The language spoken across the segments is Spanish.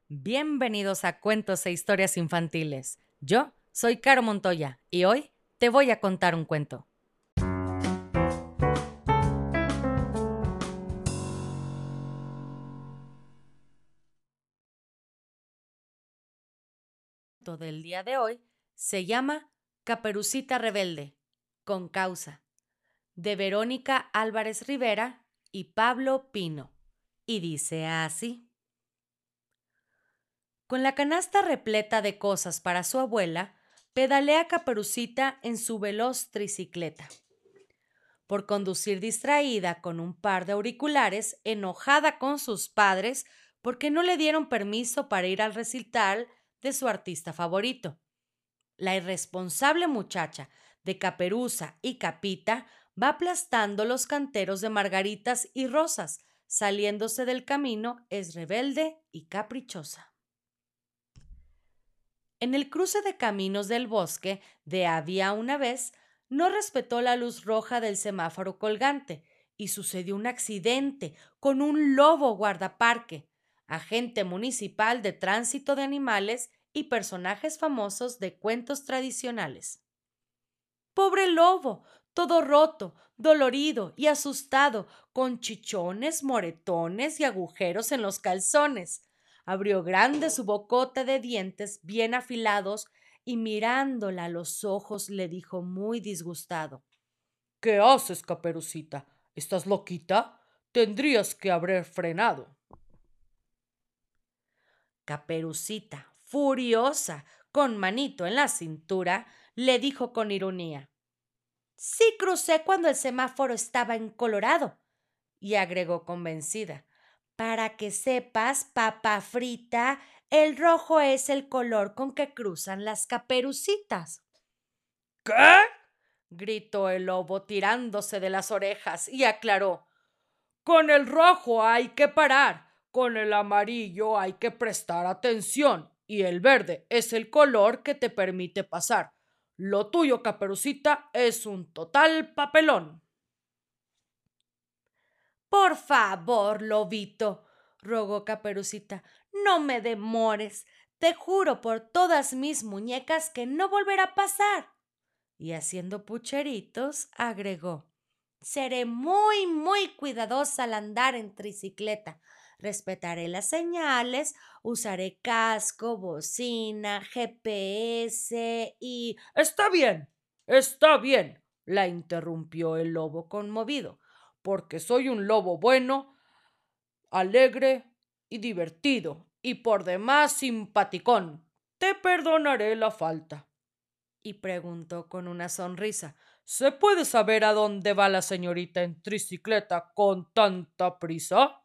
Bienvenidos a Cuentos e Historias Infantiles. Yo soy Caro Montoya y hoy te voy a contar un cuento. El cuento del día de hoy se llama Caperucita Rebelde, con causa, de Verónica Álvarez Rivera y Pablo Pino. Y dice así. Con la canasta repleta de cosas para su abuela, pedalea Caperucita en su veloz tricicleta. Por conducir distraída con un par de auriculares, enojada con sus padres porque no le dieron permiso para ir al recital de su artista favorito. La irresponsable muchacha de Caperuza y Capita va aplastando los canteros de margaritas y rosas, saliéndose del camino, es rebelde y caprichosa. En el cruce de caminos del bosque de había una vez, no respetó la luz roja del semáforo colgante y sucedió un accidente con un lobo guardaparque, agente municipal de tránsito de animales y personajes famosos de cuentos tradicionales. Pobre lobo, todo roto, dolorido y asustado, con chichones, moretones y agujeros en los calzones. Abrió grande su bocota de dientes bien afilados y mirándola a los ojos le dijo muy disgustado: ¿Qué haces, Caperucita? ¿Estás loquita? Tendrías que haber frenado. Caperucita, furiosa, con manito en la cintura, le dijo con ironía: Sí crucé cuando el semáforo estaba en colorado. Y agregó convencida: Para que sepas, papa frita, el rojo es el color con que cruzan las caperucitas. ¿Qué? Gritó el lobo tirándose de las orejas y aclaró: Con el rojo hay que parar, con el amarillo hay que prestar atención y el verde es el color que te permite pasar. Lo tuyo, Caperucita, es un total papelón. Por favor, lobito, rogó Caperucita, no me demores. Te juro por todas mis muñecas que no volverá a pasar. Y haciendo pucheritos, agregó: Seré muy cuidadosa al andar en tricicleta. Respetaré las señales, usaré casco, bocina, GPS y... está bien, la interrumpió el lobo conmovido, porque soy un lobo bueno, alegre y divertido, y por demás simpaticón. Te perdonaré la falta. Y preguntó con una sonrisa: ¿Se puede saber a dónde va la señorita en tricicleta con tanta prisa?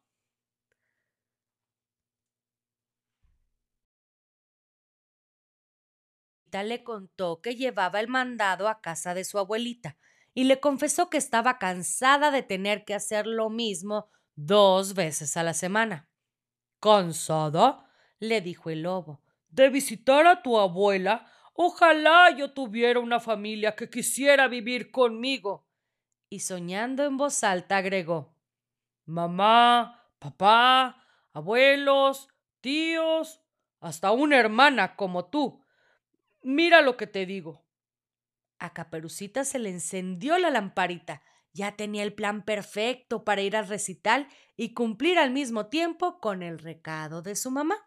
Le contó que llevaba el mandado a casa de su abuelita y le confesó que estaba cansada de tener que hacer lo mismo 2 veces a la semana. ¿Cansada? Le dijo el lobo. ¿De visitar a tu abuela? Ojalá yo tuviera una familia que quisiera vivir conmigo. Y soñando en voz alta agregó: Mamá, papá, abuelos, tíos, hasta una hermana como tú. Mira lo que te digo. A Caperucita se le encendió la lamparita. Ya tenía el plan perfecto para ir al recital y cumplir al mismo tiempo con el recado de su mamá.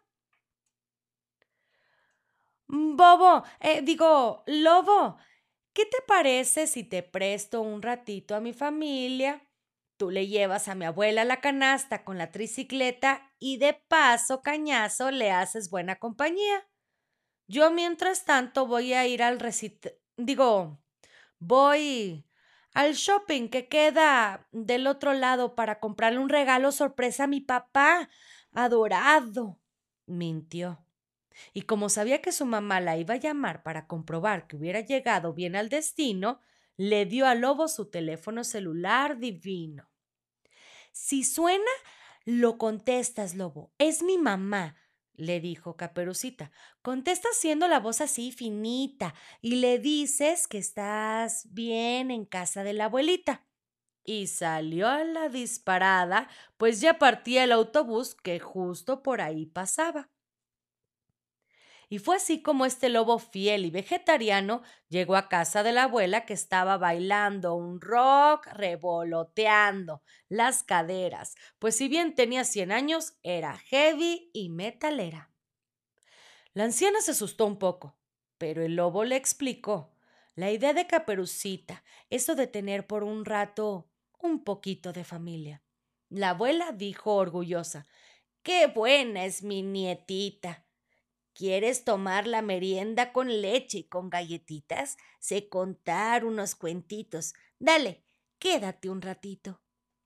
Lobo, ¿qué te parece si te presto un ratito a mi familia? Tú le llevas a mi abuela la canasta con la tricicleta y de paso, cañazo, le haces buena compañía. Yo, mientras tanto, voy a ir al voy al shopping que queda del otro lado para comprarle un regalo sorpresa a mi papá adorado. Mintió. Y como sabía que su mamá la iba a llamar para comprobar que hubiera llegado bien al destino, le dio al lobo su teléfono celular divino. Si suena, lo contestas, lobo. Es mi mamá, le dijo Caperucita. Contesta haciendo la voz así finita y le dices que estás bien en casa de la abuelita. Y salió a la disparada, pues ya partía el autobús que justo por ahí pasaba. Y fue así como este lobo fiel y vegetariano llegó a casa de la abuela, que estaba bailando un rock, revoloteando las caderas, pues si bien tenía 100 años, era heavy y metalera. La anciana se asustó un poco, pero el lobo le explicó la idea de Caperucita, eso de tener por un rato un poquito de familia. La abuela dijo orgullosa: ¡Qué buena es mi nietita! ¿Quieres tomar la merienda con leche y con galletitas? Sé contar unos cuentitos. Dale, quédate un ratito.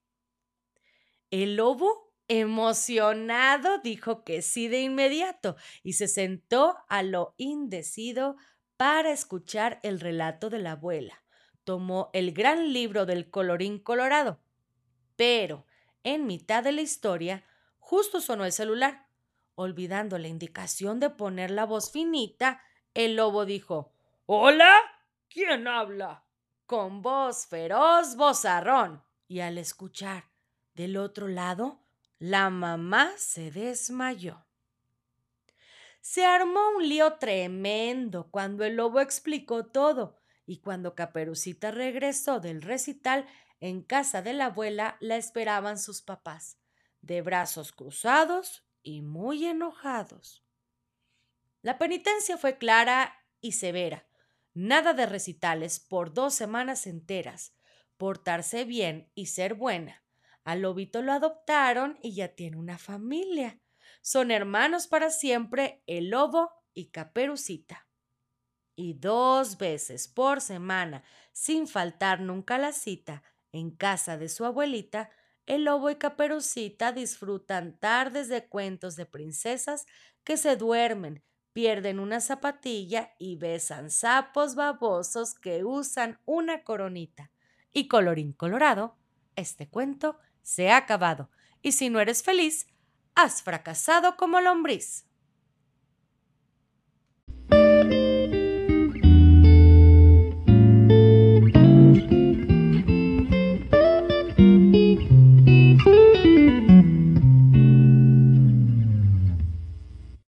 El lobo, emocionado, dijo que sí de inmediato y se sentó a lo indecido para escuchar el relato de la abuela. Tomó el gran libro del colorín colorado, pero en mitad de la historia justo sonó el celular. Olvidando la indicación de poner la voz finita, el lobo dijo: «¿Hola? ¿Quién habla?», con voz feroz, vozarrón. Y al escuchar del otro lado, la mamá se desmayó. Se armó un lío tremendo cuando el lobo explicó todo, y cuando Caperucita regresó del recital, en casa de la abuela la esperaban sus papás, de brazos cruzados y muy enojados. La penitencia fue clara y severa. Nada de recitales por 2 semanas enteras. Portarse bien y ser buena. Al lobito lo adoptaron y ya tiene una familia. Son hermanos para siempre el lobo y Caperucita. Y 2 veces por semana, sin faltar nunca la cita, en casa de su abuelita, el lobo y Caperucita disfrutan tardes de cuentos de princesas que se duermen, pierden una zapatilla y besan sapos babosos que usan una coronita. Y colorín colorado, este cuento se ha acabado. Y si no eres feliz, has fracasado como lombriz.